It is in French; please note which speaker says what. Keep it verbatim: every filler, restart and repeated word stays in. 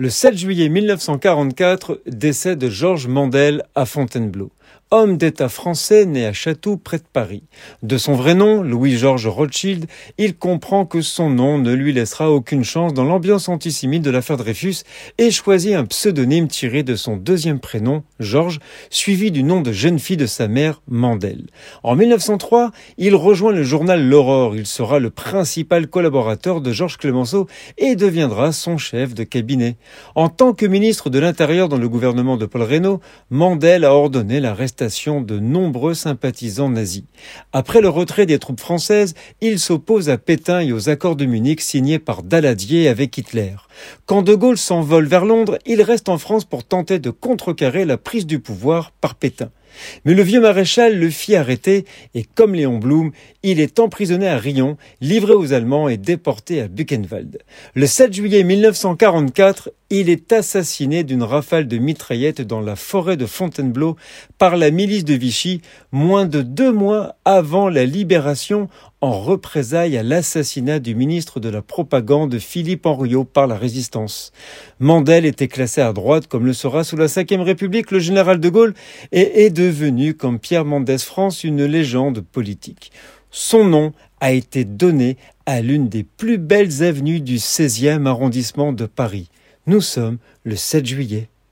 Speaker 1: Le sept juillet mille neuf cent quarante-quatre, décès de Georges Mandel à Fontainebleau. Homme d'État français né à Chatou, près de Paris. De son vrai nom, Louis-Georges Rothschild, il comprend que son nom ne lui laissera aucune chance dans l'ambiance antisémite de l'affaire Dreyfus et choisit un pseudonyme tiré de son deuxième prénom, Georges, suivi du nom de jeune fille de sa mère, Mandel. En mille neuf cent trois, il rejoint le journal L'Aurore. Il sera le principal collaborateur de Georges Clemenceau et deviendra son chef de cabinet. En tant que ministre de l'Intérieur dans le gouvernement de Paul Reynaud, Mandel a ordonné l'arrestation de nombreux sympathisants nazis. Après le retrait des troupes françaises, il s'oppose à Pétain et aux accords de Munich signés par Daladier avec Hitler. Quand De Gaulle s'envole vers Londres, il reste en France pour tenter de contrecarrer la prise du pouvoir par Pétain. Mais le vieux maréchal le fit arrêter et, comme Léon Blum, il est emprisonné à Riom, livré aux Allemands et déporté à Buchenwald. Le sept juillet mille neuf cent quarante-quatre, il est assassiné d'une rafale de mitraillettes dans la forêt de Fontainebleau par la milice de Vichy, moins de deux mois avant la libération, en représailles à l'assassinat du ministre de la Propagande Philippe Henriot par la Résistance. Mandel était classé à droite, comme le sera sous la cinquième République le général de Gaulle, et est devenu, comme Pierre Mendès France, une légende politique. Son nom a été donné à l'une des plus belles avenues du seizième arrondissement de Paris. Nous sommes le sept juillet.